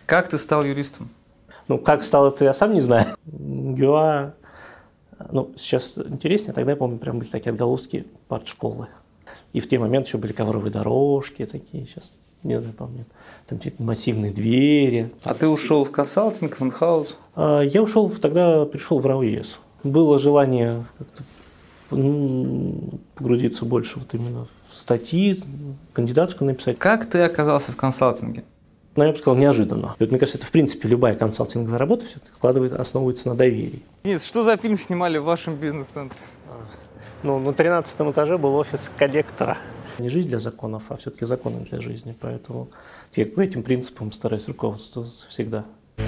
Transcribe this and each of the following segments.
Как ты стал юристом? Ну, как стал, это я сам не знаю. МГУА, ну, сейчас интереснее, тогда я помню, прям были такие отголоски партшколы. И в те моменты еще были ковровые дорожки такие, сейчас не знаю, помню. Там какие-то массивные двери. А ты ушел в консалтинг, в инхаус? Я ушел, тогда пришел в РАО ЕС. Было желание как-то погрузиться больше вот именно в статьи, кандидатскую написать. Как ты оказался в консалтинге? Ну, я бы сказал, неожиданно. И вот, мне кажется, это, в принципе, любая консалтинговая работа все-таки основывается на доверии. Денис, что за фильм снимали в вашем бизнес-центре? Ну, на 13-м этаже был офис коллектора. Не жизнь для законов, а все-таки законы для жизни. Поэтому я по этим принципам стараюсь руководствоваться всегда.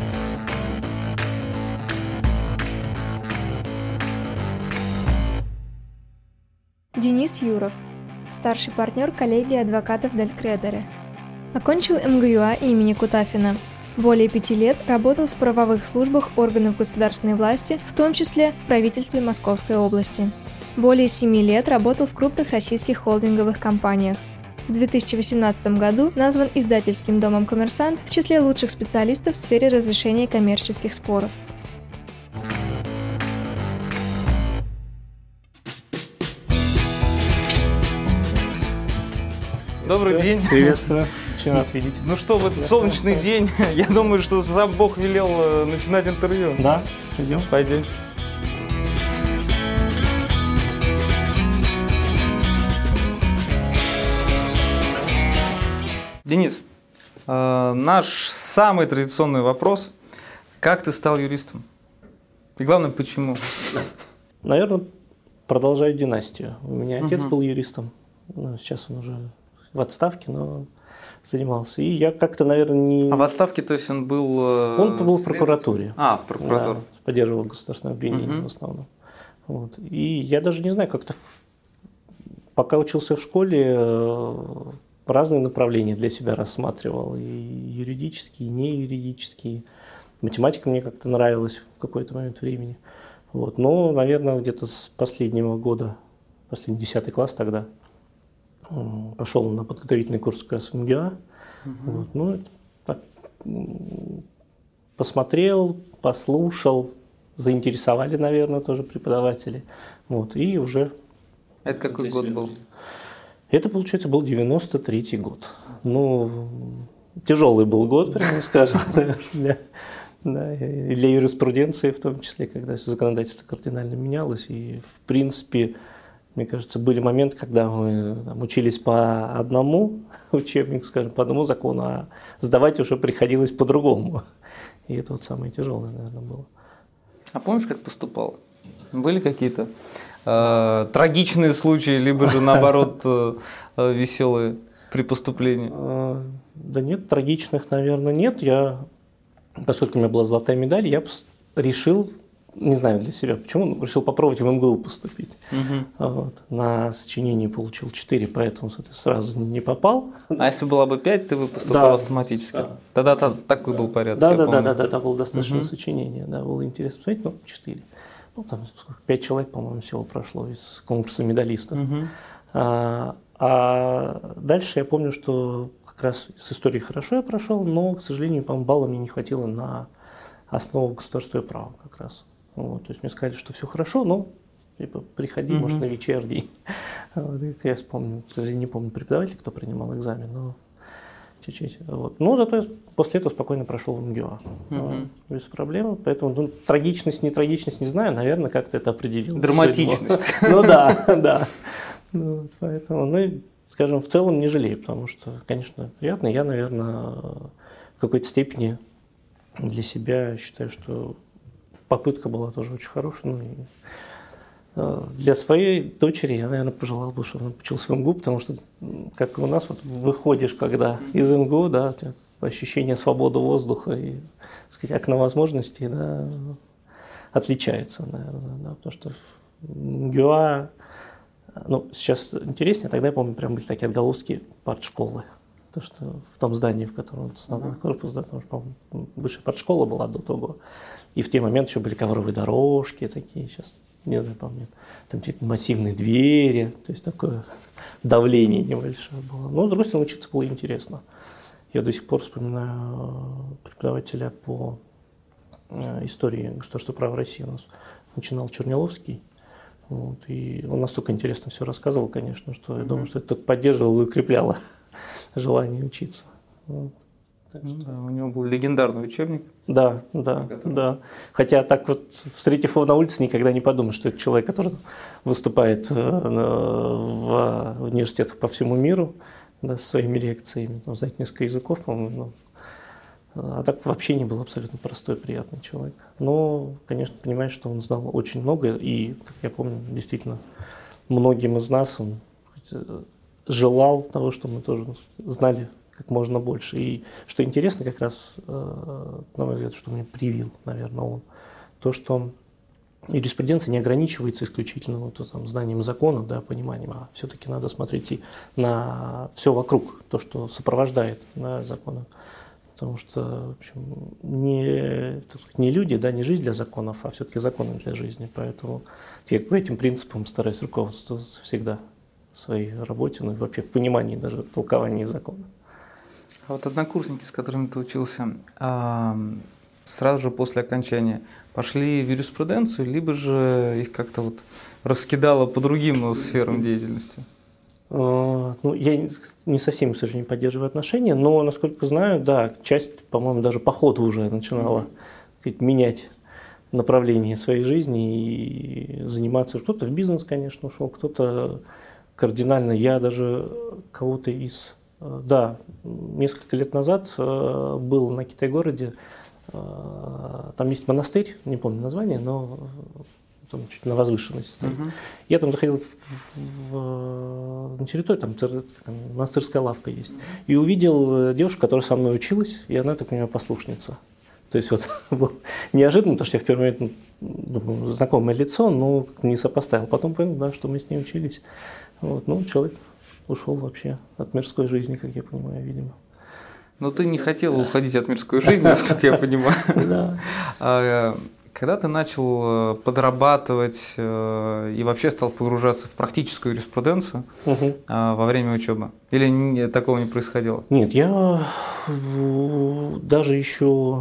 Денис Юров, старший партнер коллегии адвокатов Дель Кредере. Окончил МГУА имени Кутафина. Более 5 лет работал в правовых службах органов государственной власти, в том числе в правительстве Московской области. Более 7 лет работал в крупных российских холдинговых компаниях. В 2018 году назван издательским домом «Коммерсант» в числе лучших специалистов в сфере разрешения коммерческих споров. Добрый день. Приветствую. Очень рад видеть. Ну что, в этот солнечный день, я думаю, что сам Бог велел начинать интервью. Да, идем. Пойдемте. Денис, наш самый традиционный вопрос. Как ты стал юристом? И главное, почему? Наверное, продолжаю династию. У меня отец был юристом. Ну, сейчас он уже в отставке, но занимался. И я как-то, наверное, не... А в отставке, то есть он был... Он был в прокуратуре. В прокуратуре. Да, поддерживал государственное обвинение в основном. Вот. И я даже не знаю, как-то... Пока учился в школе, разные направления для себя рассматривал. И юридические, и неюридические. Математика мне как-то нравилась в какой-то момент времени. Вот. Но, наверное, где-то с последнего года, последний 10 класс тогда, пошел на подготовительный курс как раз в МГУА. Вот. Ну, так, посмотрел, послушал, заинтересовали, наверное, тоже преподаватели. Вот. И уже... Это какой год был? Это, получается, был 93-й год. Ну, тяжелый был год, прямо скажем, для юриспруденции в том числе, когда все законодательство кардинально менялось. И, в принципе, мне кажется, были моменты, когда мы учились по одному учебнику, скажем, по одному закону, а сдавать уже приходилось по-другому. И это вот самое тяжелое, наверное, было. А помнишь, как поступал? Были какие-то трагичные случаи, либо же, наоборот, веселые при поступлении? Да нет, трагичных, наверное, нет. Поскольку у меня была золотая медаль, я решил, не знаю для себя почему, решил попробовать в МГУ поступить. Вот. На сочинение получил 4, поэтому сразу не попал. А если была бы 5, ты бы поступал автоматически? Да. Тогда такой был порядок. Да, было достаточно сочинение, да, было интересно посмотреть, но 4. Ну, там 5 человек, по-моему, всего прошло из конкурса медалистов. А дальше я помню, что как раз с историей хорошо я прошел, но, к сожалению, по-моему, балла мне не хватило на основу государства и права как раз. Вот, то есть мне сказали, что все хорошо, но типа, приходи, может, на вечерний. Вот, я вспомню, к сожалению, не помню преподавателя, кто принимал экзамен, но чуть-чуть. Вот. Но зато я после этого спокойно прошел в МГУА. Без проблем. Поэтому трагичность, не трагичность, не знаю, наверное, как-то это определил. Драматичность. Ну да. Поэтому, скажем, в целом не жалею, потому что, конечно, приятно. Я, наверное, в какой-то степени для себя считаю, что попытка была тоже очень хорошая. Для своей дочери я, наверное, пожелал бы, чтобы она училась в МГУ, потому что, как и у нас, вот выходишь, когда из МГУ, да, ощущение свободы воздуха и, так сказать, окна возможностей, да, отличается, наверное, да, потому что МГУА, сейчас интереснее, тогда я помню, прям были такие отголоски партшколы. То, что в том здании, в котором основной корпус, да, потому что, по-моему, высшая партшкола была до того. И в те моменты еще были ковровые дорожки такие, сейчас не знаю, помню, там какие-то массивные двери, то есть такое давление небольшое было. Но, с другой стороны, учиться было интересно. Я до сих пор вспоминаю преподавателя по истории государства права России. У нас начинал Черниловский. Вот, и он настолько интересно все рассказывал, конечно, что я думаю, что это только поддерживало и укрепляло желание учиться. Вот. Да, у него был легендарный учебник. Да. Хотя так вот, встретив его на улице, никогда не подумаешь, что это человек, который выступает в университетах по всему миру, да, со своими лекциями, знает несколько языков, по-моему. А так вообще не был абсолютно простой, приятный человек. Но, конечно, понимаешь, что он знал очень много, и, как я помню, действительно, многим из нас он желал того, что мы тоже знали как можно больше. И что интересно, как раз, на мой взгляд, что мне привил, наверное, он, то, что юриспруденция не ограничивается исключительно знанием законов, да, пониманием, а все-таки надо смотреть и на все вокруг, то, что сопровождает, да, законы. Потому что, в общем, не люди, да, не жизнь для законов, а все-таки законы для жизни. Поэтому я по этим принципам стараюсь руководствоваться всегда в своей работе, ну и вообще в понимании даже толкования закона. А вот однокурсники, с которыми ты учился, сразу же после окончания пошли в юриспруденцию, либо же их как-то вот раскидало по другим сферам деятельности? Ну, я не со всеми, к сожалению, поддерживаю отношения, но, насколько знаю, да, часть, по-моему, даже по ходу уже начинала менять направление своей жизни и заниматься. Кто-то в бизнес, конечно, ушел, кто-то кардинально. Я даже кого-то из... Да, несколько лет назад был на Китай-городе, там есть монастырь, не помню название, но там чуть на возвышенности стоит. Я там заходил на территорию, там монастырская лавка есть, и увидел девушку, которая со мной училась, и она, так понимаю, послушница. То есть вот было неожиданно, потому что я в первый момент думаю, знакомое лицо, но не сопоставил. Потом понял, да, что мы с ней учились. Вот, ну, человек ушел вообще от мирской жизни, как я понимаю, видимо. Но ты не хотел уходить от мирской жизни, насколько я понимаю. Да. Когда ты начал подрабатывать и вообще стал погружаться в практическую юриспруденцию во время учебы? Или такого не происходило? Нет, я даже еще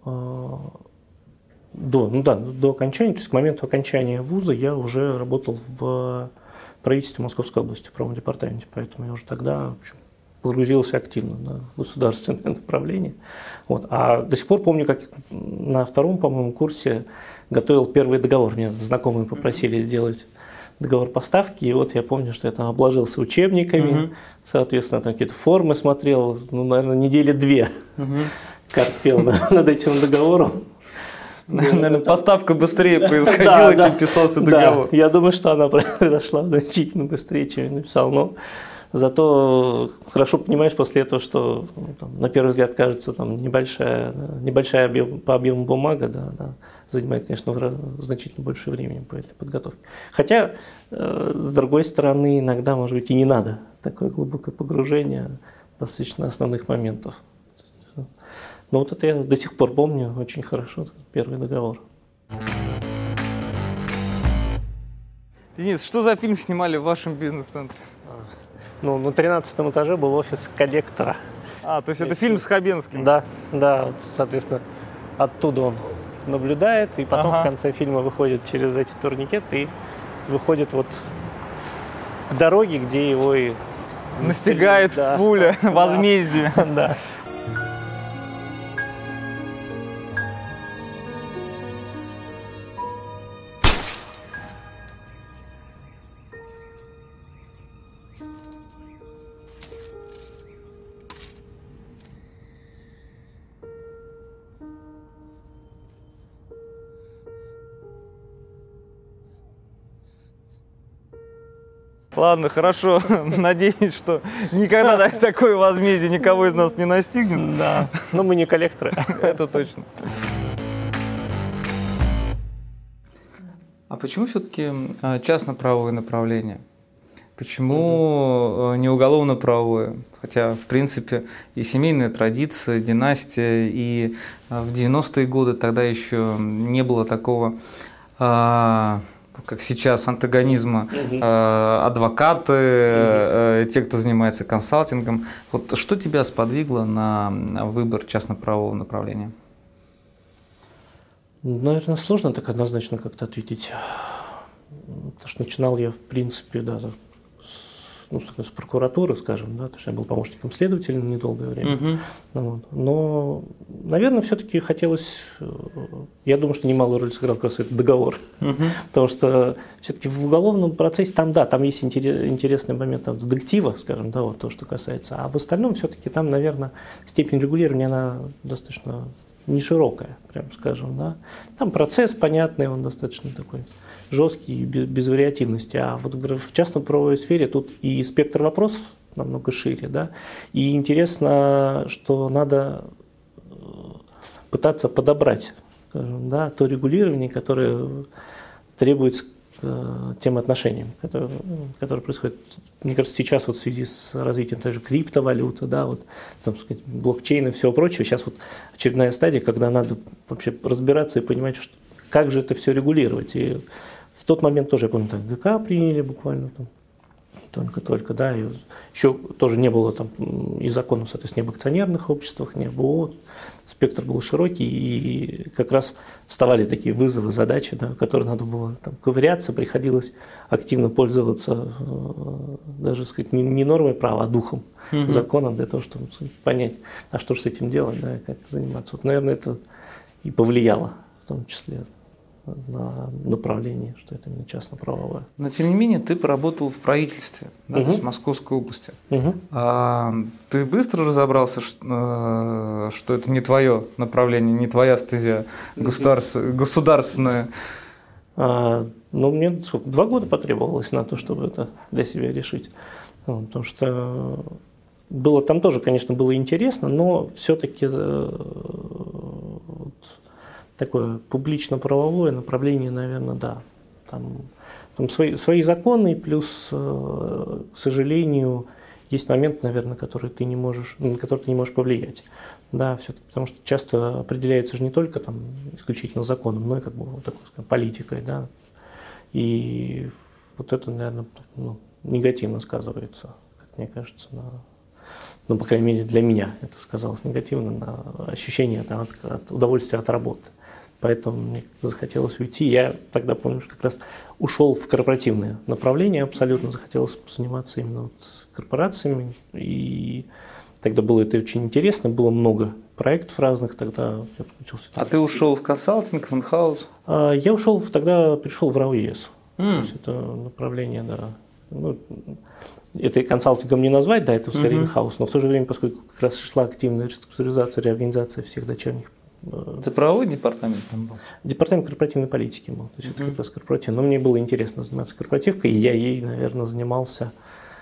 до окончания, то есть к моменту окончания вуза я уже работал в правительстве Московской области, в правом департаменте, поэтому я уже тогда, в общем, погрузился активно, да, в государственное направление. Вот. А до сих пор помню, как на втором, по-моему, курсе готовил первый договор. Меня знакомые попросили сделать договор поставки, и вот я помню, что я там обложился учебниками, соответственно, там какие-то формы смотрел, ну, наверное, недели 2 корпел над этим договором. Наверное, поставка быстрее происходила, чем писался договор. Да, я думаю, что она произошла значительно быстрее, чем я написал, но зато хорошо понимаешь после этого, что на первый взгляд кажется небольшая по объему бумага, да, занимает, конечно, значительно больше времени по этой подготовке. Хотя, с другой стороны, иногда, может быть, и не надо такое глубокое погружение достаточно основных моментов. Но вот это я до сих пор помню очень хорошо, первый договор. Денис, что за фильм снимали в вашем бизнес-центре? Ну, на 13 этаже был офис коллектора. То есть это фильм с Хабенским? Да, вот, соответственно, оттуда он наблюдает, и потом в конце фильма выходит через эти турникеты и выходит вот к дороге, где его и... Настигает пуля, возмездие. Да. Ладно, хорошо. Надеюсь, что никогда такое возмездие никого из нас не настигнет. Да. Но мы не коллекторы. Это точно. А почему все-таки частно-правовое направление? Почему не уголовно-правовое? Хотя, в принципе, и семейная традиция, династия, и в 90-е годы тогда еще не было такого как сейчас, антагонизма, адвокаты, те, кто занимается консалтингом. Вот что тебя сподвигло на выбор частно-правового направления? Наверное, сложно так однозначно как-то ответить. Потому что начинал я, в принципе, да, с прокуратуры, скажем, да, то есть я был помощником следователя недолгое время. Вот. Но, наверное, все-таки хотелось, я думаю, что немалую роль сыграл как раз этот договор. Потому что все-таки в уголовном процессе там, да, там есть интересный момент там, детектива, скажем, да, вот то, что касается. А в остальном все-таки там, наверное, степень регулирования, она достаточно не широкая, прям скажем, да. Там процесс понятный, он достаточно такой жесткий, без вариативности. А вот в частно-правовой сфере тут и спектр вопросов намного шире, да. И интересно, что надо пытаться подобрать, скажем, да, то регулирование, которое требуется к тем отношениям, которые происходят, мне кажется, сейчас вот в связи с развитием той же криптовалюты, да, вот, там, сказать, блокчейна и всего прочего, сейчас вот очередная стадия, когда надо вообще разбираться и понимать, что, как же это все регулировать. И в тот момент тоже, я помню, так, ГК приняли буквально там, только-только, да, и еще тоже не было там и законов, соответственно, ни об акционерных обществах, ни об ООО, спектр был широкий, и как раз вставали такие вызовы, задачи, да, которые надо было там ковыряться, приходилось активно пользоваться даже, сказать, не нормой права, а духом, законом, для того, чтобы понять, а что же с этим делать, да, и как заниматься. Вот, наверное, это и повлияло в том числе на направление, что это не частно-правовое. Но тем не менее ты поработал в правительстве, да, то есть в Московской области. Ты быстро разобрался, что это не твое направление, не твоя стезя государственная? Ну, мне 2 года потребовалось на то, чтобы это для себя решить. Потому что было там тоже, конечно, было интересно, но все-таки такое публично-правовое направление, наверное, да. Там свои законы, плюс, к сожалению, есть момент, наверное, на который ты не можешь повлиять. Да, все-таки, потому что часто определяется же не только там, исключительно законом, но и как бы, вот такой, скажем, политикой. Да. И вот это, наверное, негативно сказывается, как мне кажется, ну, по крайней мере, для меня это сказалось негативно на ощущение от удовольствия от работы. Поэтому мне захотелось уйти. Я тогда, помню, что как раз ушел в корпоративное направление, абсолютно захотелось заниматься именно вот корпорациями. И тогда было это очень интересно, было много проектов разных, тогда я подключился. А ты ушел в консалтинг, в инхаус? Я тогда пришел в РАО ЕС. То есть это направление, да. Ну, это консалтингом не назвать, да, это скорее инхаус, но в то же время, поскольку как раз шла активная реструктуризация, реорганизация всех дочерних. Ты правовой департамент там был? Департамент корпоративной политики был. То есть это как раз корпоратив. Но мне было интересно заниматься корпоративкой, и я ей, наверное, занимался,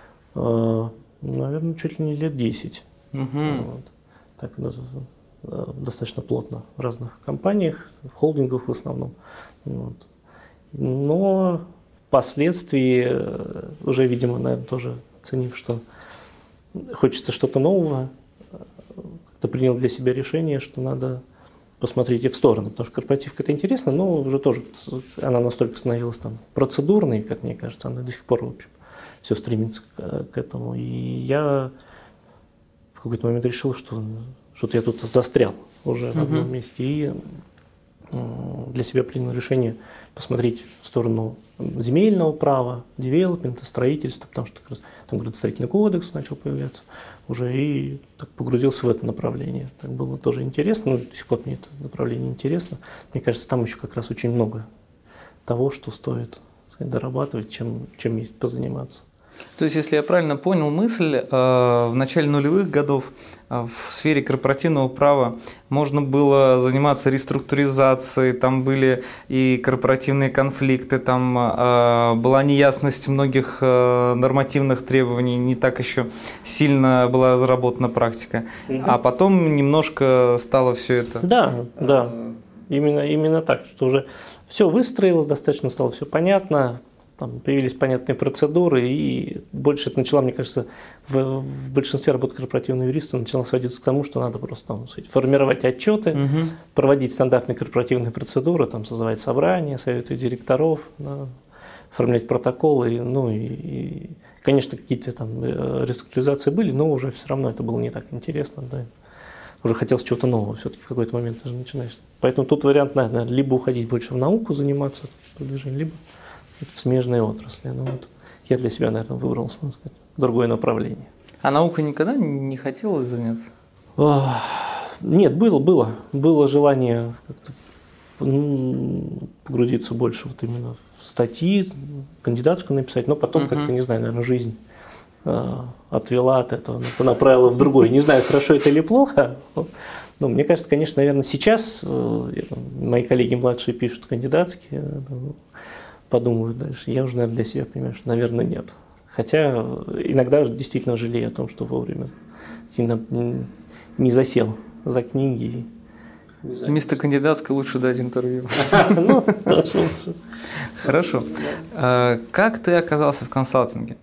наверное, чуть ли не лет 10. Вот. Так, достаточно плотно в разных компаниях, в холдингах в основном. Вот. Но впоследствии, уже, видимо, наверное, тоже оценив, что хочется что-то нового, как-то принял для себя решение, что надо посмотреть и в сторону, потому что корпоративка это интересно, но уже тоже она настолько становилась там процедурной, как мне кажется, она до сих пор, в общем, все стремится к этому. И я в какой-то момент решил, что что-то я тут застрял уже в одном месте, и для себя принял решение посмотреть в сторону земельного права, девелопмента, строительства, потому что как раз там градостроительный кодекс начал появляться уже, и так погрузился в это направление. Так было тоже интересно, но до сих пор мне это направление интересно. Мне кажется, там еще как раз очень много того, что стоит, так сказать, дорабатывать, чем есть позаниматься. То есть, если я правильно понял мысль, в начале нулевых годов в сфере корпоративного права можно было заниматься реструктуризацией, там были и корпоративные конфликты, там была неясность многих нормативных требований, не так еще сильно была разработана практика. А потом немножко стало все это… Да, именно так, что уже все выстроилось, достаточно стало все понятно. там появились понятные процедуры, и больше это начало, мне кажется, в большинстве работ корпоративного юриста начало сводиться к тому, что надо просто там, формировать отчеты, проводить стандартные корпоративные процедуры, там, созывать собрания, советы директоров, да, оформлять протоколы, ну и, конечно, какие-то там реструктуризации были, но уже все равно это было не так интересно, да. Уже хотелось чего-то нового, все-таки в какой-то момент ты же начинаешь. Поэтому тут вариант, наверное, либо уходить больше в науку, заниматься продвижением, либо в смежные отрасли. Ну, вот я для себя, наверное, выбрал, сказать, другое направление. А наукой никогда не хотелось заняться? Нет, было желание как-то погрузиться больше вот именно в статьи, кандидатскую написать, но потом как-то, не знаю, наверное, жизнь отвела от этого, направила в другой. Не знаю, хорошо это или плохо. Но мне кажется, конечно, наверное, сейчас мои коллеги младшие пишут кандидатские, подумают дальше. Я уже, наверное, для себя понимаю, что, наверное, нет. Хотя иногда действительно жалею о том, что вовремя сильно не засел за книги. Вместо кандидатской лучше дать интервью. Ну, хорошо. Как ты оказался в консалтинге?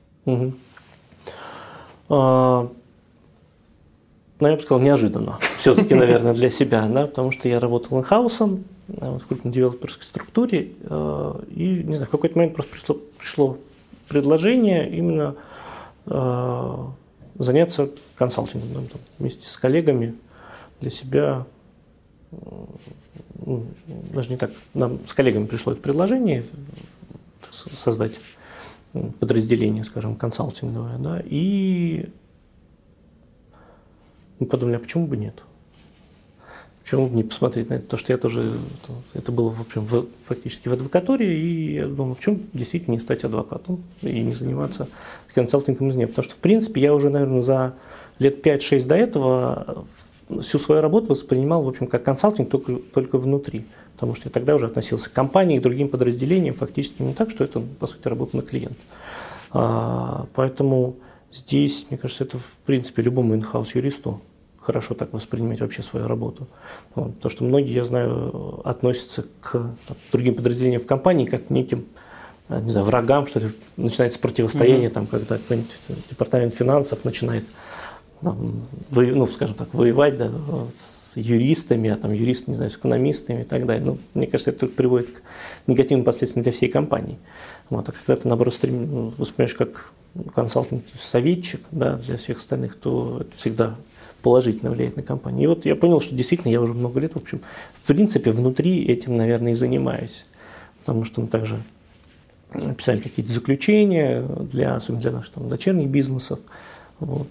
Ну, я бы сказал, неожиданно. Все-таки, наверное, для себя, да, потому что я работал инхаусом в крупной девелоперской структуре, и, не знаю, в какой-то момент просто пришло предложение именно заняться консалтингом, там, вместе с коллегами для себя. Даже не так, нам с коллегами пришло это предложение создать подразделение, скажем, консалтинговое, да, и мы подумали, а почему бы нет? Почему бы не посмотреть на это? Потому что я тоже, это было, в общем, фактически в адвокатуре, и я думал, почему действительно не стать адвокатом и не заниматься консалтингом из нее? Потому что, в принципе, я уже, наверное, за лет 5-6 до этого всю свою работу воспринимал, в общем, как консалтинг только внутри. Потому что я тогда уже относился к компании, к другим подразделениям, фактически не так, что это, по сути, работа на клиента. Поэтому здесь, мне кажется, это, в принципе, любому инхаус-юристу хорошо так воспринимать вообще свою работу. Потому что многие, я знаю, относятся к другим подразделениям в компании как к неким, не знаю, врагам, что ли. Начинается противостояние, там, когда какой-нибудь департамент финансов начинает, ну, скажем так, воевать, да, с юристами, а там юристы, не знаю, с экономистами и так далее. Ну, мне кажется, это только приводит к негативным последствиям для всей компании. Вот. А когда ты, наоборот, воспринимаешь как консалтинг-советчик, да, для всех остальных, то это всегда положительно влияет на компанию. И вот я понял, что действительно я уже много лет, в общем, в принципе, внутри этим, наверное, и занимаюсь. Потому что мы также писали какие-то заключения, особенно для наших там дочерних бизнесов. Вот,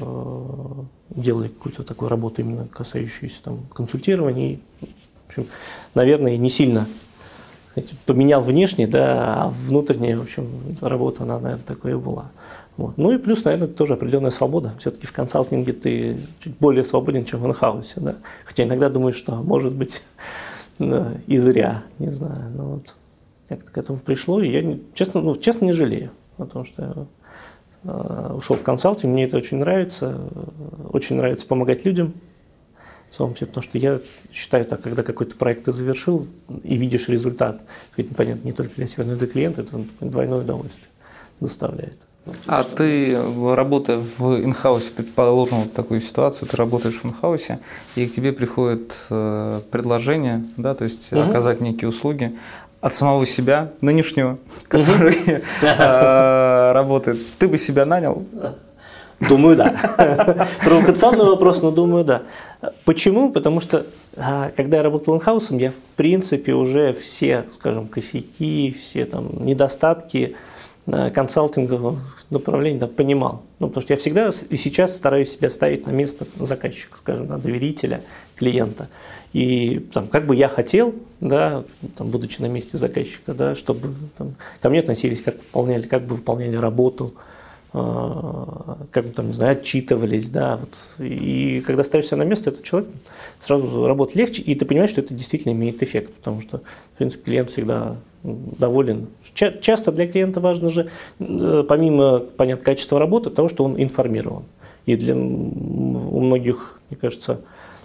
делали какую-то такую работу, именно касающуюся там, консультирования. И, в общем, наверное, не сильно поменял внешне, да, а внутренняя, в общем, работа, она, наверное, такой и была. Вот. Ну и плюс, наверное, тоже определенная свобода. Все-таки в консалтинге ты чуть более свободен, чем в инхаусе. Да? Хотя иногда думаешь, что, может быть, да, и зря, не знаю. Но вот как-то к этому пришло, и я, честно не жалею о том, что я ушел в консалтинг, мне это очень нравится помогать людям, потому что я считаю, так, когда какой-то проект ты завершил и видишь результат, ведь, понятно, не только для себя, но и для клиента, это двойное удовольствие доставляет. А ты, работая в инхаусе, предположим, вот такую ситуацию, ты работаешь в инхаусе, и к тебе приходит предложение, да, то есть оказать некие услуги от самого себя, нынешнего, который работает. Ты бы себя нанял? Думаю, да. Провокационный вопрос, но думаю, да. Почему? Потому что, когда я работал инхаусом, я, в принципе, уже все, скажем, косяки, все там недостатки консалтингового направления понимал. Ну, потому что я всегда и сейчас стараюсь себя ставить на место заказчика, скажем, доверителя, клиента. И там, как бы я хотел, да, там, будучи на месте заказчика, да, чтобы там, ко мне относились, как бы выполняли работу, как бы там, не знаю, отчитывались, да, вот. И когда ставишься на место, этот человек сразу работать легче, и ты понимаешь, что это действительно имеет эффект, потому что, в принципе, клиент всегда доволен. Часто для клиента важно же, помимо, понятно, качества работы, того, что он информирован. И у многих, мне кажется,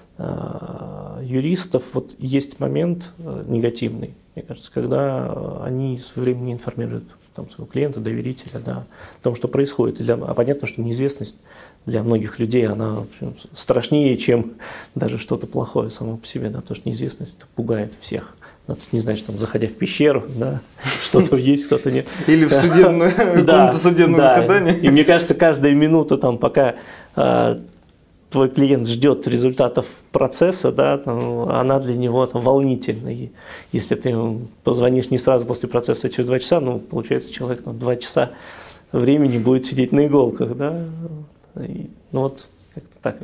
юристов вот есть момент негативный, мне кажется, когда они своевременно не информируют там, своего клиента, доверителя, да, о том, что происходит. А понятно, что неизвестность для многих людей, она в общем, страшнее, чем даже что-то плохое само по себе, да, потому что неизвестность пугает всех. Не знаешь, там, заходя в пещеру, да, что-то есть, что-то нет. Или в судебную комнату судебного заседания. И мне кажется, каждая минута, там, пока твой клиент ждет результатов процесса, да, там, она для него там, волнительна. И если ты ему позвонишь не сразу после процесса, а через 2 часа, ну, получается, человек 2 часа времени будет сидеть на иголках, да. И, ну вот, как-то так.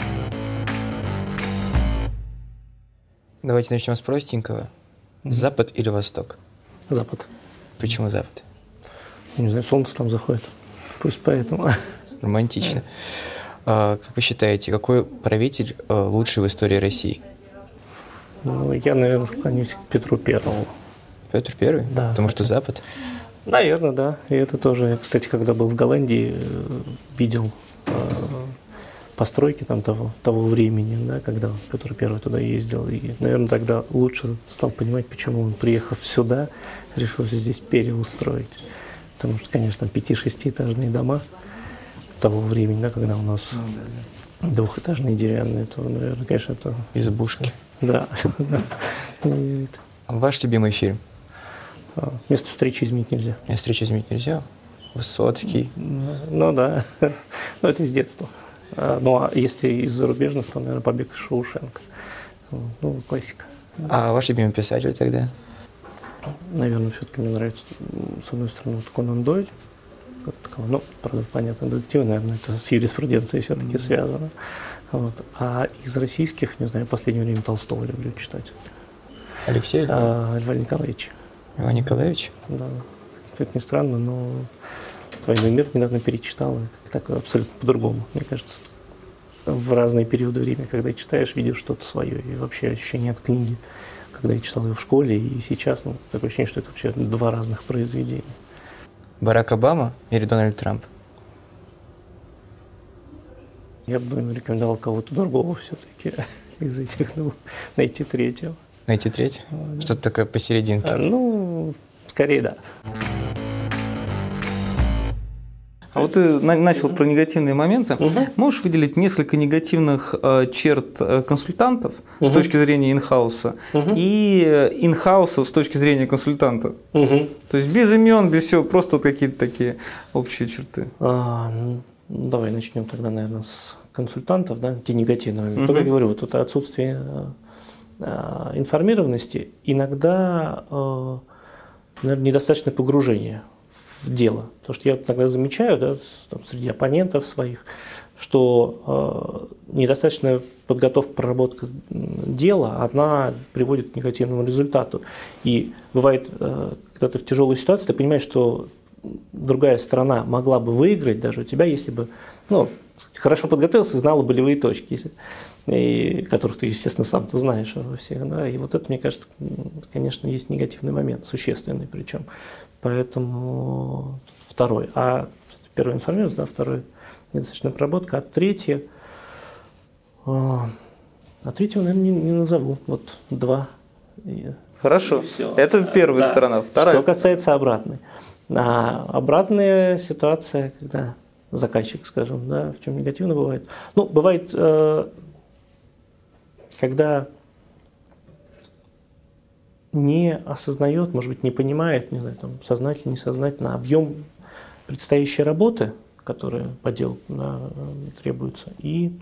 Давайте начнем с простенького. Запад или Восток? Запад. Почему Запад? Не знаю, солнце там заходит. Пусть поэтому. Романтично. Как вы считаете, какой правитель лучший в истории России? Ну, я, наверное, склонюсь к Петру Первому. Петр Первый? Да. Потому что Запад? Наверное, да. И это тоже, я, кстати, когда был в Голландии, видел постройки там того времени, да, когда Петр Первый туда ездил. И, наверное, тогда лучше стал понимать, почему он, приехав сюда, решил здесь переустроить. Потому что, конечно, 5-6-этажные дома того времени, да, когда у нас двухэтажные деревянные, то, наверное, конечно, это... Избушки. Да. Ваш любимый фильм? «Место встречи изменить нельзя». «Место встречи изменить нельзя»? Высоцкий. Ну да, ну это из детства. Ну а если из зарубежных, то, наверное, «Побег из Шоушенка». Ну, классика. А ваш любимый писатель тогда? Наверное, все-таки мне нравится, с одной стороны, Конан Дойль. Ну, правда, понятно, детективы, наверное, это с юриспруденцией все-таки связано. Вот. А из российских, не знаю, в последнее время Толстого люблю читать. Алексей? Льва Николаевича. Льва Николаевича? Да. Как ни странно, но «Войну и мир» недавно перечитал, и так абсолютно по-другому. Мне кажется, в разные периоды времени, когда читаешь, видишь что-то свое, и вообще ощущение от книги, когда я читал ее в школе, и сейчас, ну, такое ощущение, что это вообще 2 разных произведения. Барак Обама или Дональд Трамп? Я бы рекомендовал кого-то другого все-таки из этих двух, найти третьего. Найти третьего? Что-то такое посерединке? Ну, скорее да. А вот ты начал про негативные моменты. Можешь выделить несколько негативных черт консультантов с точки зрения инхауса и инхауса с точки зрения консультанта? То есть без имен, без всего, просто вот какие-то такие общие черты. Давай начнем тогда, наверное, с консультантов, да, те негативные. Как я говорю, вот это отсутствие информированности, иногда, наверное, недостаточное погружение в дело. Потому что я иногда замечаю, да, там, среди оппонентов своих, что недостаточная подготовка, проработка дела, она приводит к негативному результату. И бывает, когда ты в тяжелой ситуации, ты понимаешь, что другая сторона могла бы выиграть даже у тебя, если бы, ну, хорошо подготовился, знала болевые точки, и которых ты, естественно, сам-то знаешь во всех. Да? И вот это, мне кажется, конечно, есть негативный момент, существенный причем. Поэтому второй. А первый информированность, да, второй недостаточная проработка, а третьего, наверное, не назову. Вот 2. Хорошо. Все. Это первая сторона. Вторая. Что касается обратной. Обратная ситуация, когда заказчик, скажем, да, в чем негативно бывает. Ну, бывает, когда не осознает, может быть, не понимает, не знаю, там, сознательно, несознательно объем предстоящей работы, которая по делу, да, требуется, и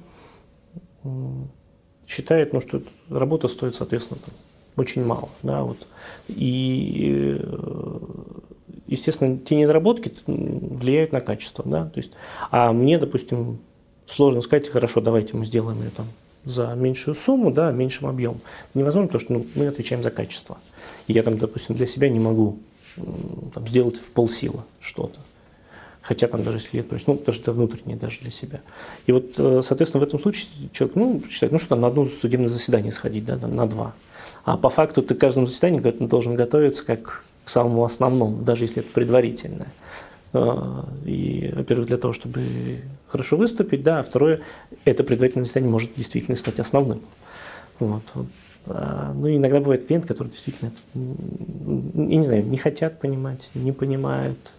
считает, ну, что работа стоит, соответственно, там, очень мало. Да, вот. И, естественно, те недоработки влияют на качество. Да? То есть, а мне, допустим, сложно сказать, хорошо, давайте мы сделаем ее там за меньшую сумму, да, меньшим объемом. Невозможно, потому что мы отвечаем за качество. И я там, допустим, для себя не могу там, сделать в полсилы что-то. Хотя там даже если это, ну, потому что это внутреннее даже для себя. И вот, соответственно, в этом случае человек, ну, считает, ну, что там на одно судебное заседание сходить, да, на 2. А по факту ты к каждому заседанию должен готовиться как к самому основному, даже если это предварительное. И, во-первых, для того, чтобы хорошо выступить, да, а второе, это предварительное заседание может действительно стать основным. Вот. Ну, иногда бывает клиент, который действительно, я не знаю, не хотят понимать, не понимают.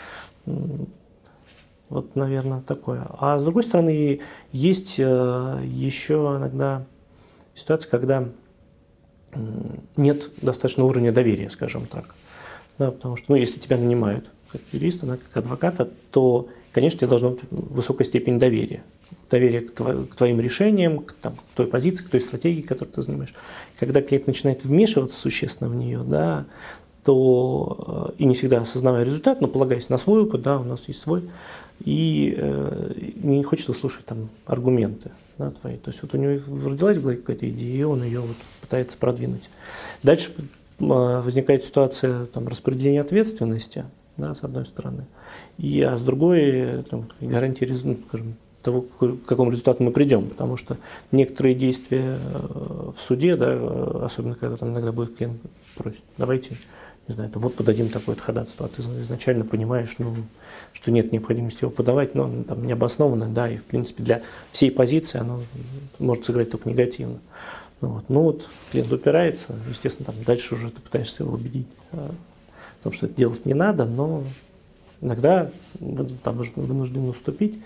Вот, наверное, такое. А с другой стороны, есть еще иногда ситуация, когда нет достаточного уровня доверия, скажем так. Да, потому что, если тебя нанимают как юриста, да, как адвоката, то, конечно, тебе должна быть высокая степень доверия. Доверие к твоим решениям, к той позиции, к той стратегии, которую ты занимаешь. Когда клиент начинает вмешиваться существенно в нее, да, то и не всегда осознавая результат, но полагаясь на свой опыт, да, у нас есть свой, и не хочет услышать там аргументы, да, твои. То есть вот у него родилась в голове какая-то идея, и он ее вот пытается продвинуть. Дальше возникает ситуация там, распределения ответственности, да, с одной стороны, а с другой гарантии, скажем, того, к какому результату мы придем, потому что некоторые действия в суде, да, особенно когда там иногда будет клиент просит, давайте, не знаю, вот подадим такое ходатайство, а ты изначально понимаешь, что нет необходимости его подавать, но оно там необоснованно, да, и в принципе для всей позиции оно может сыграть только негативно. Вот клиент упирается, естественно, там дальше уже ты пытаешься его убедить в том, что это делать не надо, но иногда там вынужден уступить,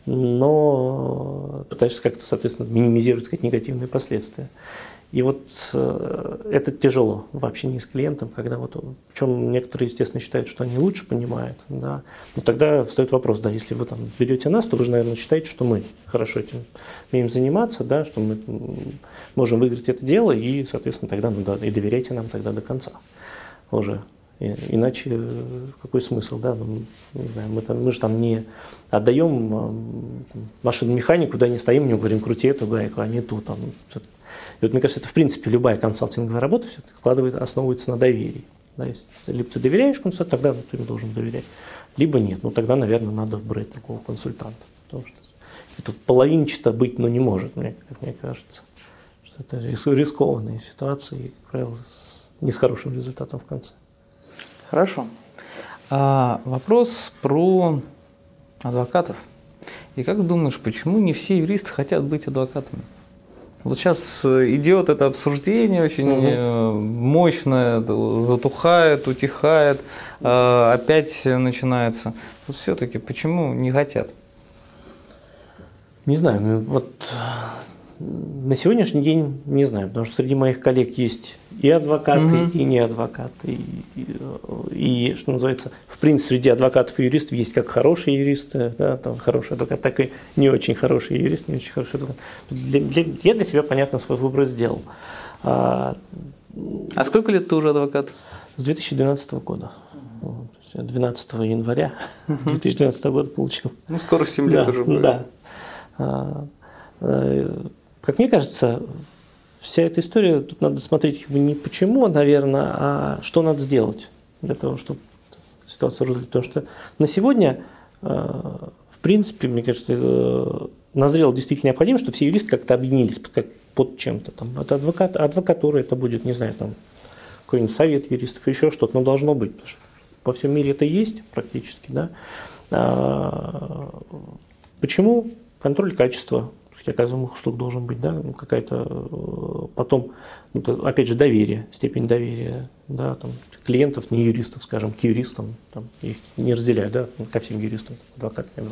но пытаешься как-то, соответственно, минимизировать, сказать, негативные последствия. И вот это тяжело в общении с клиентом, когда причем некоторые, естественно, считают, что они лучше понимают, да, но тогда встает вопрос, да, если вы там берете нас, то вы же, наверное, считаете, что мы хорошо этим умеем заниматься, да, что мы можем выиграть это дело, и, соответственно, тогда, и доверяйте нам тогда до конца уже. Иначе какой смысл, да? Не знаю, мы же там не отдаем машину механику, да, не стоим, не говорим, крути эту гайку, а не ту. Там, и вот мне кажется, это в принципе любая консалтинговая работа все-таки основывается на доверии. Да? Либо ты доверяешь консультанту, тогда ты ему должен доверять, либо нет. Тогда, наверное, надо брать такого консультанта. Потому что это половинчато быть, не может, как мне кажется. Что это рискованные ситуации, как правило, не с хорошим результатом в конце. Хорошо. Вопрос про адвокатов. И как думаешь, почему не все юристы хотят быть адвокатами? Вот сейчас идет это обсуждение очень мощное, затухает, утихает, опять начинается. Вот все-таки почему не хотят? Не знаю, на сегодняшний день не знаю, потому что среди моих коллег есть и адвокаты, и не адвокаты, и, что называется, в принципе, среди адвокатов и юристов есть как хорошие юристы, да, там хороший адвокат, так и не очень хороший юрист, не очень хороший адвокат. Я для себя, понятно, свой выбор сделал. А сколько лет ты уже адвокат? С 2012 года. 12 января 2012 года получил. Скоро 7 лет уже будет. Да. Как мне кажется, вся эта история, тут надо смотреть не почему, наверное, а что надо сделать для того, чтобы ситуацию разрулить. Потому что на сегодня, в принципе, мне кажется, назрела действительно необходимость, что все юристы как-то объединились под чем-то. Это адвокатура, это будет, не знаю, какой-нибудь совет юристов, еще что-то, но должно быть. Потому что во всем мире это есть практически. Да? Почему? Контроль качества оказываемых услуг должен быть, да, какая-то потом, опять же, доверие, степень доверия, да, клиентов, не юристов, скажем, к юристам, их не разделяю, да, ко всем юристам, адвокат, не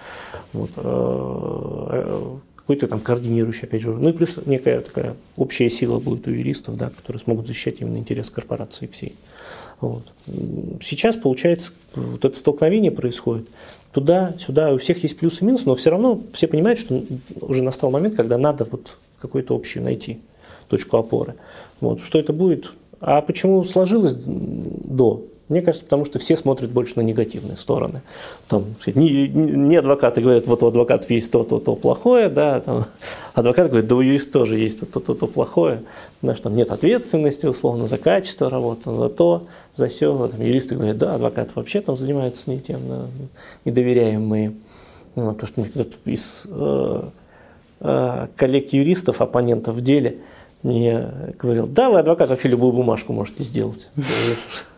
адвокат. Какой-то координирующий, опять же, и плюс некая такая общая сила будет у юристов, да, которые смогут защищать именно интерес корпорации всей. Сейчас, получается, это столкновение происходит. Туда-сюда, у всех есть плюсы и минусы, но все равно все понимают, что уже настал момент, когда надо какую-то общую найти точку опоры. Что это будет? А почему сложилось до? Мне кажется, потому что все смотрят больше на негативные стороны. Не адвокаты говорят, вот у адвокатов есть то плохое, да, адвокаты говорят, да у юристов тоже есть то плохое. Знаешь, нет ответственности, условно, за качество работы, за то, за все. Юристы говорят, да, адвокаты вообще занимаются не тем, да, недоверяемые. Потому что из коллег-юристов, оппонентов в деле, мне говорил, да, вы, адвокат, вообще любую бумажку можете сделать.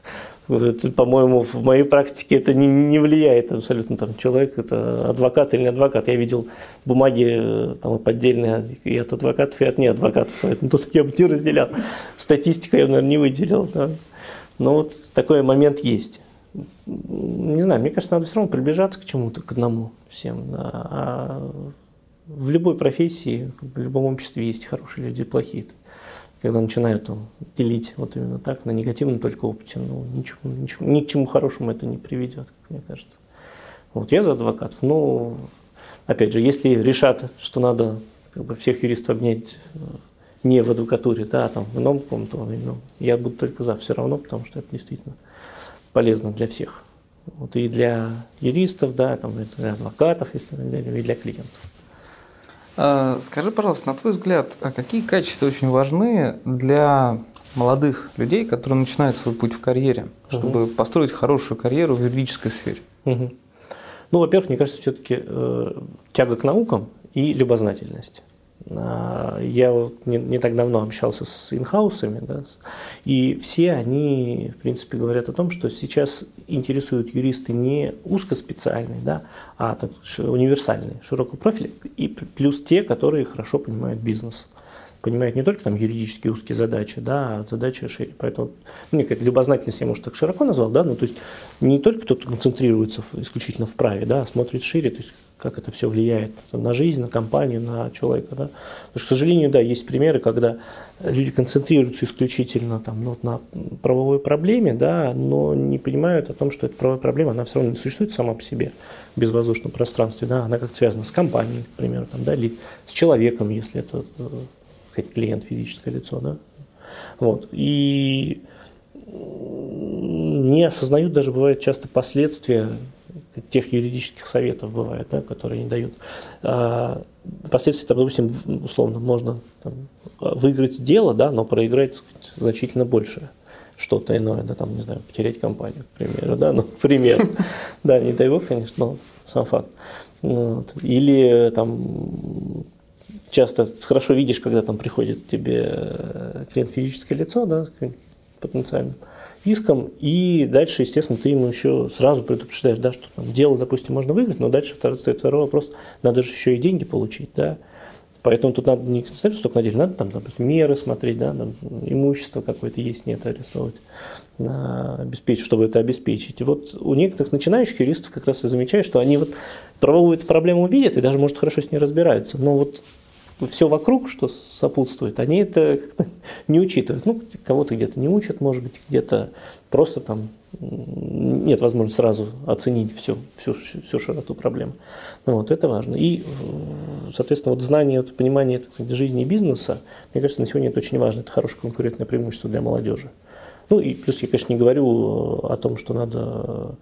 По-моему, в моей практике это не влияет абсолютно. Там, человек это адвокат или не адвокат. Я видел бумаги там, поддельные и от адвокатов, и от неадвокатов. Поэтому тут я бы не разделял. Статистику я, наверное, не выделил. Да. Но вот такой момент есть. Не знаю, мне кажется, надо все равно приближаться к чему-то, к одному всем. Да. А в любой профессии, в любом обществе есть хорошие люди и плохие. Когда начинают делить вот именно так, на негативном только опыте, ну, ни к чему хорошему это не приведет, как мне кажется. Вот я за адвокатов, но, опять же, если решат, что надо как бы, всех юристов обнять не в адвокатуре, да, а там в ином каком-то, ну, я буду только за все равно, потому что это действительно полезно для всех. Вот, и для юристов, да, там, и для адвокатов, если и для клиентов. Скажи, пожалуйста, на твой взгляд, какие качества очень важны для молодых людей, которые начинают свой путь в карьере, чтобы построить хорошую карьеру в юридической сфере? Ну, во-первых, мне кажется, все-таки тяга к наукам и любознательность. Я вот не так давно общался с инхаусами, да, и все они, в принципе, говорят о том, что сейчас интересуют юристы не узкоспециальные, да, а так, универсальные, широкого профиля, и плюс те, которые хорошо понимают бизнес. Понимают не только там юридические узкие задачи, да, а задачи шире. Поэтому, мне кажется, любознательность я, может, так широко назвал, да, ну, то есть не только кто-то концентрируется исключительно в праве, да, а смотрит шире, то есть как это все влияет на жизнь, на компанию, на человека, да. Потому что, к сожалению, да, есть примеры, когда люди концентрируются исключительно там, ну, на правовой проблеме, да, но не понимают о том, что эта правовая проблема, она все равно не существует сама по себе в безвоздушном пространстве, да, она как-то связана с компанией, к примеру, там, да, или с человеком, если это клиент, физическое лицо, да, вот, и не осознают даже, бывает, часто последствия тех юридических советов, бывает, да, которые они дают. Последствия, там, допустим, условно, можно там, выиграть дело, да, но проиграть, так сказать, значительно больше, что-то иное, да, там, не знаю, потерять компанию, к примеру, да, ну, к примеру, да, не дай бог, конечно, но сам факт. Или, там, часто хорошо видишь, когда там приходит к тебе клиент физическое лицо, да, с потенциальным иском, и дальше, естественно, ты ему еще сразу предупреждаешь, да, что там дело, допустим, можно выиграть, но дальше стоит второй вопрос, надо же еще и деньги получить, да. Поэтому тут надо не концентрироваться только на деле, надо там, допустим, меры смотреть, да, там, имущество какое-то есть, нет, арестовывать, чтобы это обеспечить. И вот у некоторых начинающих юристов как раз и замечаешь, что они вот правовую эту проблему видят и даже, может, хорошо с ней разбираются, но вот все вокруг, что сопутствует, они это не учитывают. Ну, кого-то где-то не учат, может быть, где-то просто там нет возможности сразу оценить всю широту проблем. Ну, вот, это важно. И, соответственно, вот знание, вот, понимание, так сказать, жизни и бизнеса, мне кажется, на сегодня это очень важно. Это хорошее конкурентное преимущество для молодежи. Ну, и плюс я, конечно, не говорю о том, что надо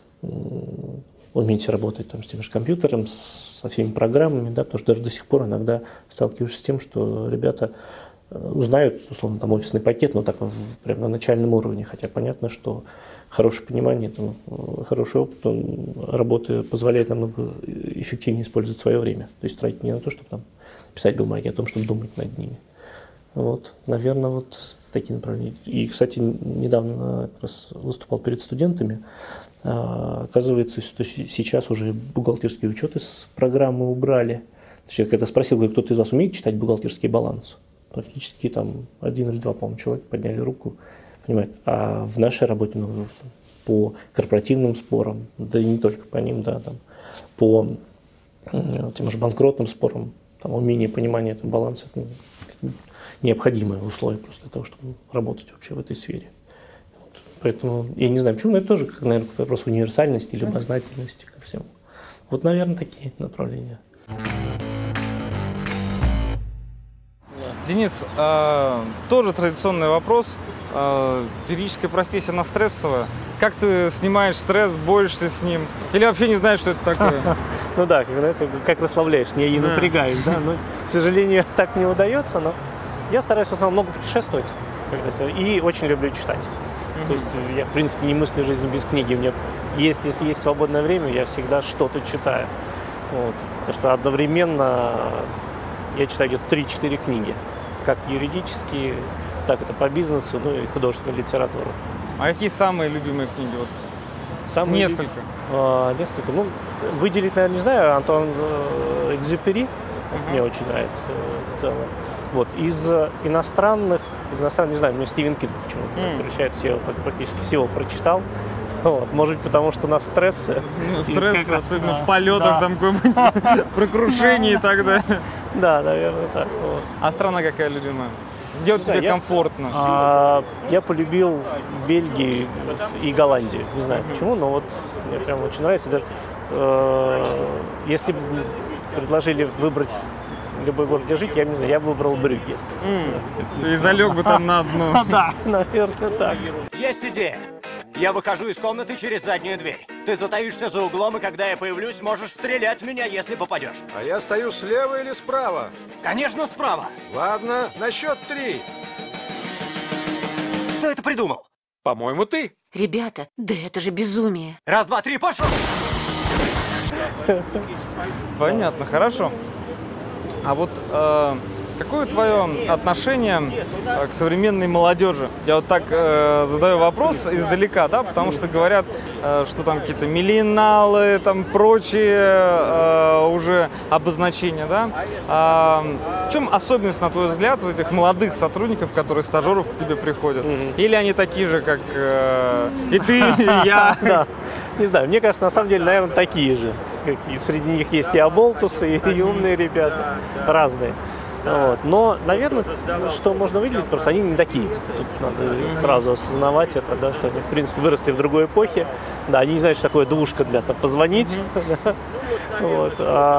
уметь работать там, с тем же компьютером, со всеми программами, да, потому что даже до сих пор иногда сталкиваешься с тем, что ребята узнают, условно, там офисный пакет, но так прямо на начальном уровне, хотя понятно, что хорошее понимание, там, хороший опыт работы позволяет намного эффективнее использовать свое время, то есть тратить не на то, чтобы там писать бумаги, а о том, чтобы думать над ними. Вот, наверное, вот такие направления. И, кстати, недавно как раз выступал перед студентами. Оказывается, что сейчас уже бухгалтерский учет из программы убрали. Когда спросил, говорю, кто-то из вас умеет читать бухгалтерский баланс? Практически там 1 или 2, по-моему, человека подняли руку. Понимаете? А в нашей работе по корпоративным спорам, да и не только по ним, да, там, по тем же банкротным спорам, там, умение понимания этого баланса – это необходимое условие просто для того, чтобы работать вообще в этой сфере. Поэтому я не знаю, почему, но это тоже, наверное, вопрос универсальности, любознательности ко всему. Вот, наверное, такие направления. Денис, тоже традиционный вопрос. Юридическая профессия, она стрессовая. Как ты снимаешь стресс, борешься с ним? Или вообще не знаешь, что это такое? Ну да, как расслабляешь, я и напрягаюсь, да. Но, к сожалению, так не удается, но я стараюсь в основном много путешествовать и очень люблю читать. То есть я, в принципе, не мыслю жизнь без книги. Если есть свободное время, я всегда что-то читаю. Вот. Потому что одновременно я читаю где-то 3-4 книги. Как юридические, так это по бизнесу, ну и художественную литературу. А какие самые любимые книги? Вот Самые несколько. Несколько. Ну, выделить, наверное, не знаю. Антуан Экзюпери мне очень нравится в целом. Вот. Из иностранных, не знаю, мне Стивен Кинг почему-то прельщает, я его практически всего прочитал. Вот. Может быть, потому что у нас стрессы. Стресс, особенно в полетах, там какое-нибудь про крушение и так далее. Да, наверное, так. Вот. А страна какая любимая? Где вот тебе комфортно? Я полюбил Бельгию и Голландию. Не знаю почему, но вот мне прям очень нравится. Даже если бы предложили выбрать любой город, где жить, я не знаю, я выбрал Брюгге. Ты залег бы там на дно. Да, наверное, так. Есть идея. Я выхожу из комнаты через заднюю дверь. Ты затаишься за углом, и когда я появлюсь, можешь стрелять в меня, если попадешь. А я стою слева или справа? Конечно, справа. Ладно, на счет 3. Кто это придумал? По-моему, ты. Ребята, да это же безумие. Раз, два, три, пошел! Понятно, хорошо. А вот какое твое отношение к современной молодежи? Я вот так задаю вопрос издалека, да, потому что говорят, что там какие-то миллениалы, там прочие уже обозначения, да. В чем особенность, на твой взгляд, вот этих молодых сотрудников, которые стажеров к тебе приходят? Или они такие же, как и ты, и я? Да. Не знаю, мне кажется, на самом деле, наверное, такие же. И среди них есть и оболтусы, и умные ребята, разные. Вот. Но, наверное, что можно выделить, просто они не такие. Тут надо сразу осознавать это, да, что они, в принципе, выросли в другой эпохе. Да, они не знают, что такое двушка для там, позвонить. Вот.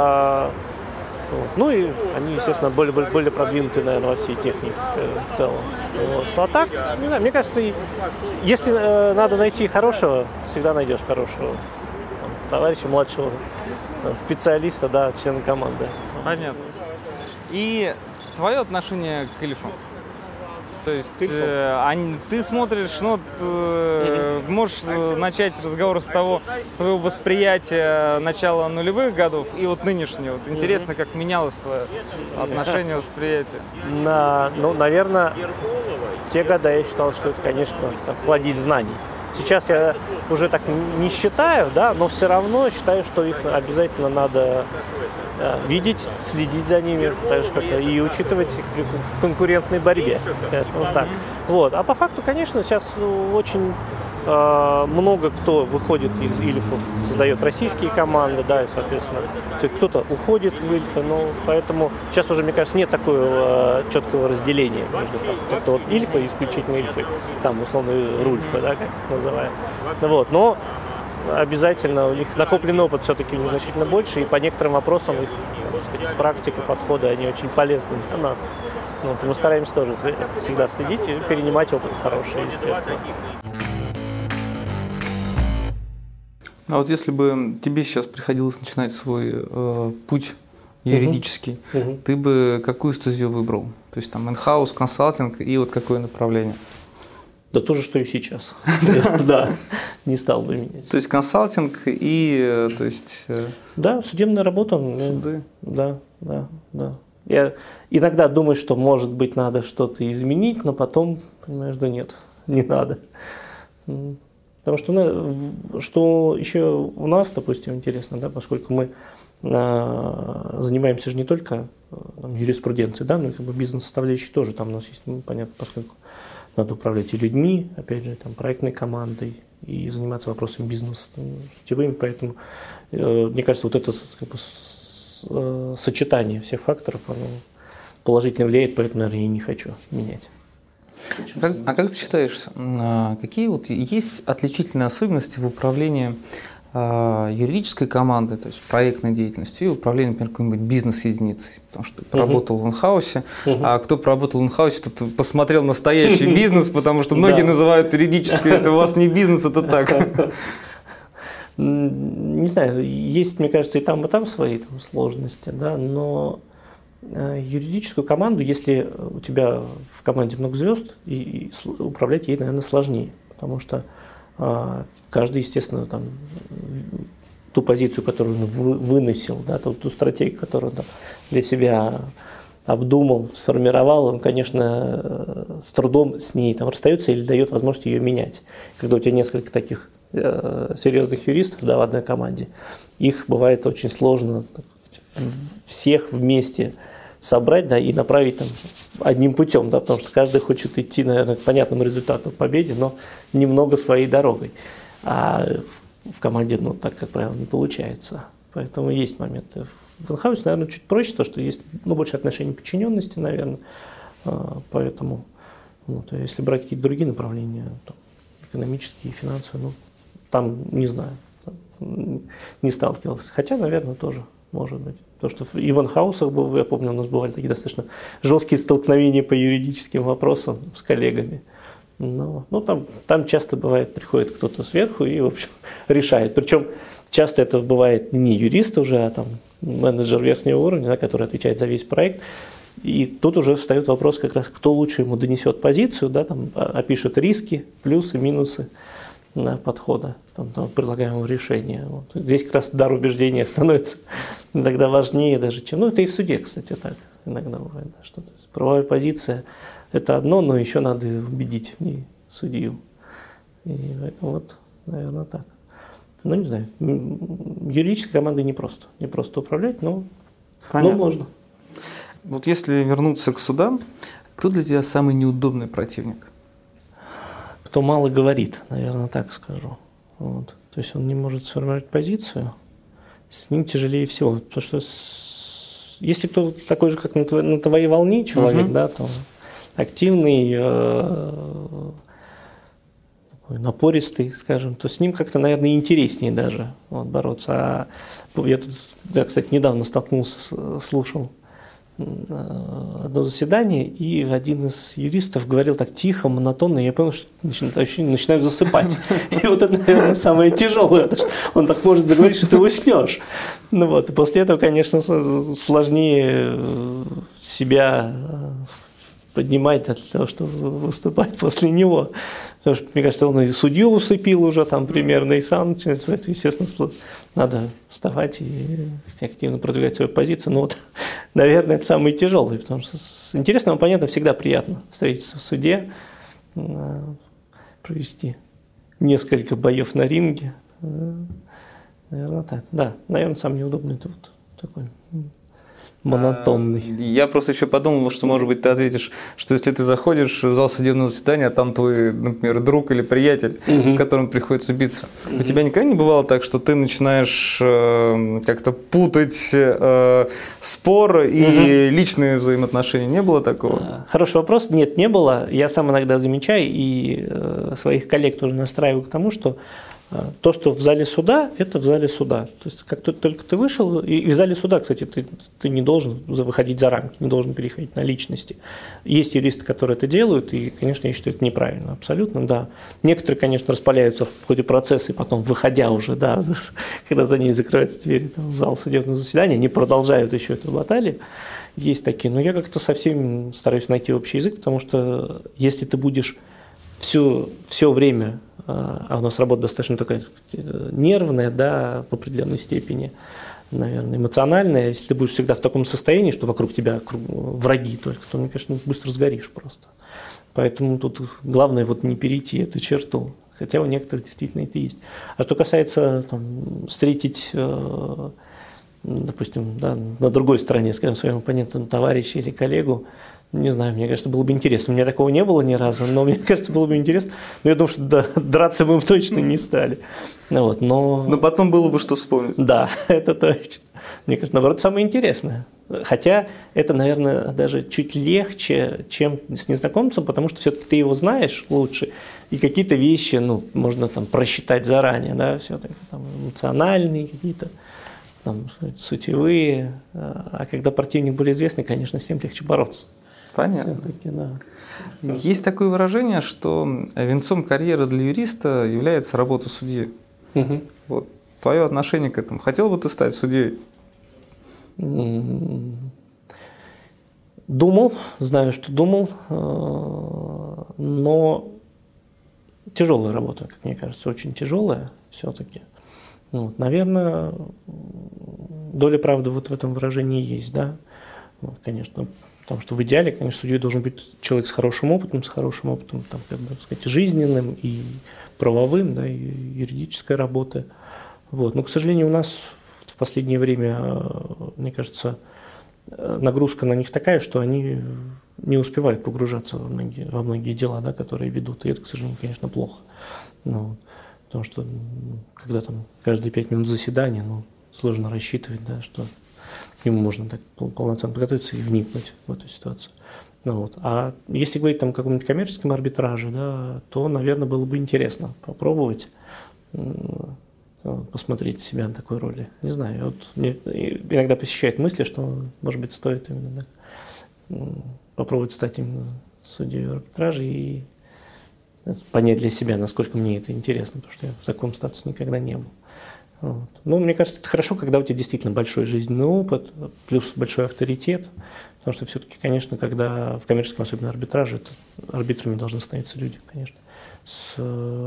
Ну и они, естественно, более продвинутые, наверное, во всей технике, скажем, в целом. Вот. А так, не знаю, мне кажется, если надо найти хорошего, всегда найдешь хорошего там, товарища, младшего специалиста, да, члена команды. Понятно. И твое отношение к эльфам? То есть ты смотришь, ну, можешь начать разговор с своего восприятия начала нулевых годов и вот нынешнего. Вот интересно, как менялось твое отношение, восприятие? Ну, наверное, в те годы я считал, что это, конечно, кладезь знаний. Сейчас я уже так не считаю, да, но все равно считаю, что их обязательно надо видеть, следить за ними, так же, как и учитывать их в конкурентной борьбе. Вот так. Вот. А по факту, конечно, сейчас очень много кто выходит из ильфов, создает российские команды, да, и, соответственно, кто-то уходит в ильфы, но поэтому сейчас уже, мне кажется, нет такого четкого разделения между кто вот ильфы, исключительно ильфы, там, условно, рульфы, да, как их называют. Вот. Но обязательно у них накопленный опыт все-таки незначительно больше, и по некоторым вопросам их, так сказать, практика, подходы, они очень полезны для нас. Вот, и мы стараемся тоже всегда следить и перенимать опыт хороший, естественно. А вот если бы тебе сейчас приходилось начинать свой путь юридический, ты бы какую стезю выбрал? То есть там in-house, консалтинг и вот какое направление? Да то же, что и сейчас. Да, не стал бы менять. То есть консалтинг и, то есть... Да, судебная работа. Суды. Да. Я иногда думаю, что, может быть, надо что-то изменить, но потом понимаешь, да нет, не надо. Потому что еще у нас, допустим, интересно, да, поскольку мы занимаемся же не только юриспруденцией, да, но и как бы бизнес-составляющей тоже там у нас есть, ну, понятно, поскольку надо управлять и людьми, опять же, там, проектной командой и заниматься вопросами бизнеса сетевыми, поэтому, мне кажется, вот это как бы, сочетание всех факторов, оно положительно влияет, поэтому, наверное, я не хочу менять. А как ты считаешь, какие вот есть отличительные особенности в управлении юридической командой, то есть проектной деятельностью, и управлением, например, какой-нибудь бизнес-единицей? Потому что ты поработал в инхаусе, а кто поработал в инхаусе, тот посмотрел настоящий бизнес, потому что многие называют юридическое, это у вас не бизнес, это так. Не знаю, есть, мне кажется, и там свои там сложности, да, но юридическую команду, если у тебя в команде много звезд, и управлять ей, наверное, сложнее, потому что каждый, естественно, там, ту позицию, которую он выносил, да, ту стратегию, которую он там для себя обдумал, сформировал, он, конечно, с трудом с ней там расстается или дает возможность ее менять. Когда у тебя несколько таких серьезных юристов, да, в одной команде, их бывает очень сложно всех вместе собрать, да, и направить там одним путем, да, потому что каждый хочет идти, наверное, к понятному результату, к победе, но немного своей дорогой. А в команде, ну, так, как правило, не получается. Поэтому есть моменты. В инхаусе, наверное, чуть проще, то, что есть, ну, больше отношений подчиненности, наверное. Поэтому, вот, если брать какие-то другие направления, там, экономические, финансовые, ну, там, не знаю, там, не сталкивался. Хотя, наверное, тоже может быть. Потому что и в инхаусах, я помню, у нас бывали такие достаточно жесткие столкновения по юридическим вопросам с коллегами. Ну, там часто бывает, приходит кто-то сверху и, в общем, решает. Причем часто это бывает не юрист уже, а там менеджер верхнего уровня, да, который отвечает за весь проект. И тут уже встает вопрос, как раз, кто лучше ему донесет позицию, да, там, опишет риски, плюсы, минусы подхода там, предлагаемого решения. Вот. Здесь как раз дар убеждения становится иногда важнее даже, чем... Ну, это и в суде, кстати, так иногда бывает. Да, что правовая позиция – это одно, но еще надо убедить в ней судью. И поэтому вот, наверное, так. Ну, не знаю, юридической командой непросто. Не просто управлять, но можно. Вот если вернуться к судам, кто для тебя самый неудобный противник? Кто мало говорит, наверное, так скажу. Вот. То есть он не может сформировать позицию, с ним тяжелее всего. Потому что если кто такой же, как на твоей волне человек, да, то активный, такой напористый, скажем, то с ним как-то, наверное, интереснее даже вот, бороться. Я, кстати, недавно столкнулся, слушал одно заседание, и один из юристов говорил так тихо, монотонно, и я понял, что начинаю засыпать. И вот это, наверное, самое тяжелое, потому что он так может заговорить, что ты уснешь. Ну вот, и после этого, конечно, сложнее себя поднимать для того, чтобы выступать после него. Потому что, мне кажется, он и судью усыпил уже там примерно, и сам начинает, естественно, надо вставать и активно продвигать свою позицию. Но вот, наверное, это самый тяжелый, потому что с интересным, понятно, всегда приятно встретиться в суде, провести несколько боев на ринге. Наверное, так. Да, наверное, самый неудобный это вот такой монотонный. Я просто еще подумал, что, может быть, ты ответишь, что если ты заходишь в зал судебного заседания, а там твой, например, друг или приятель, с которым приходится биться. У тебя никогда не бывало так, что ты начинаешь как-то путать спор и личные взаимоотношения? Не было такого? Хороший вопрос. Нет, не было. Я сам иногда замечаю и своих коллег тоже настраиваю к тому, что то, что в зале суда, это в зале суда. То есть, как только ты вышел, и в зале суда, кстати, ты не должен выходить за рамки, не должен переходить на личности. Есть юристы, которые это делают, и, конечно, я считаю, это неправильно, абсолютно, да. Некоторые, конечно, распаляются в ходе процесса, и потом, выходя уже, да, когда за ними закрываются двери в зал судебного заседания, они продолжают еще эту баталию. Есть такие, но я как-то со всеми стараюсь найти общий язык, потому что если ты будешь все время, а у нас работа достаточно такая нервная, да, в определенной степени, наверное, эмоциональная, если ты будешь всегда в таком состоянии, что вокруг тебя враги только, то, мне кажется, быстро сгоришь просто. Поэтому тут главное вот не перейти эту черту, хотя у некоторых действительно это есть. А что касается там, встретить, допустим, да, на другой стороне, скажем, своему оппоненту, товарища или коллегу, не знаю, мне кажется, было бы интересно. У меня такого не было ни разу, но мне кажется, было бы интересно. Но я думаю, что драться бы мы точно не стали. Вот, но потом было бы что вспомнить. Да, это точно. Мне кажется, наоборот, самое интересное. Хотя это, наверное, даже чуть легче, чем с незнакомцем, потому что все-таки ты его знаешь лучше, и какие-то вещи, можно там просчитать заранее, да, все-таки там эмоциональные какие-то, там, сутевые. А когда противник более известный, конечно, с тем легче бороться. Понятно. Да. Есть такое выражение, что венцом карьеры для юриста является работа судьи. Вот твое отношение к этому. Хотел бы ты стать судьей? Думал, знаю, что думал, но тяжелая работа, как мне кажется, очень тяжелая все-таки. Вот, наверное, доля правды вот в этом выражении есть, да. Вот, конечно, Потому что в идеале, конечно, судьей должен быть человек с хорошим опытом, там, как бы сказать, жизненным и правовым, да, и юридической работы. Вот. Но, к сожалению, у нас в последнее время, мне кажется, нагрузка на них такая, что они не успевают погружаться во многие дела, да, которые ведут. И это, к сожалению, конечно, плохо. Ну, потому что когда там каждые 5 минут заседания, сложно рассчитывать, да, что к нему можно так полноценно подготовиться и вникнуть в эту ситуацию. Вот. А если говорить там о каком-нибудь коммерческом арбитраже, да, то, наверное, было бы интересно попробовать посмотреть себя на такой роли. Не знаю, вот мне иногда посещают мысли, что, может быть, стоит именно попробовать стать именно судьей арбитража и понять для себя, насколько мне это интересно, потому что я в таком статусе никогда не был. Вот. Ну, мне кажется, это хорошо, когда у тебя действительно большой жизненный опыт, плюс большой авторитет, потому что все-таки, конечно, когда в коммерческом, особенно арбитраже, арбитрами должны становиться люди, конечно, с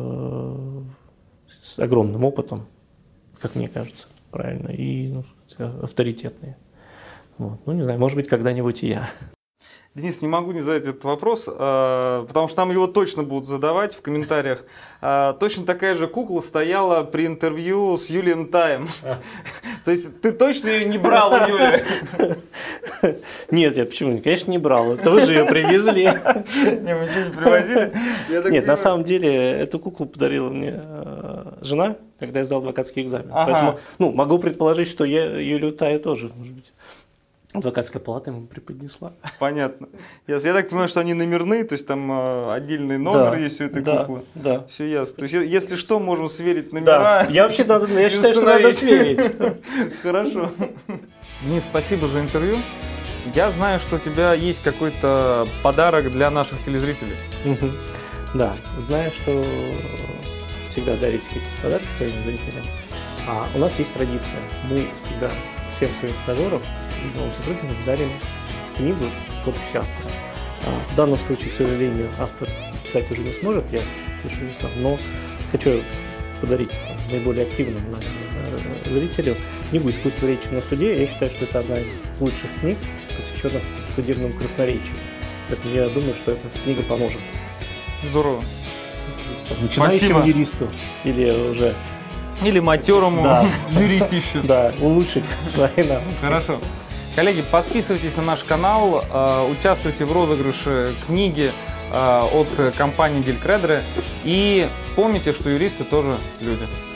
огромным опытом, как мне кажется, правильно, и авторитетные. Вот. Ну, не знаю, может быть, когда-нибудь и я. Денис, не могу не задать этот вопрос, потому что там его точно будут задавать в комментариях. Точно такая же кукла стояла при интервью с Юлием Таем. То есть ты точно ее не брал у Юли? Нет, я почему? Конечно, не брал. Это вы же ее привезли. Не, мы ничего не привозили. Нет, на самом деле эту куклу подарила мне жена, когда я сдал адвокатский экзамен. Поэтому, могу предположить, что я Юлию Таю тоже, может быть, адвокатская палата ему преподнесла. Понятно. Я так понимаю, что они номерные, то есть там отдельный номер есть у этой куклы. Да. Все ясно. То есть, если что, можем сверить номера. Да. Я считаю, что надо сверить. Хорошо. Денис, спасибо за интервью. Я знаю, что у тебя есть какой-то подарок для наших телезрителей. Да, знаю, что всегда дарите какие-то подарки своим зрителям. А у нас есть традиция. Мы всегда всем своим стажерам и новым сотрудникам дарим книгу подписью автора. В данном случае, к сожалению, автор писать уже не сможет, я пишу ее сам, но хочу подарить наиболее активному зрителю книгу «Искусство речи на суде». Я считаю, что это одна из лучших книг, посвященных судебному красноречию. Поэтому я думаю, что эта книга поможет. Здорово. Начинающему юристу или уже... Или матерому юристищу. Да, улучшить свои навыки. Хорошо. Коллеги, подписывайтесь на наш канал, участвуйте в розыгрыше книги от компании Делькредеры и помните, что юристы тоже люди.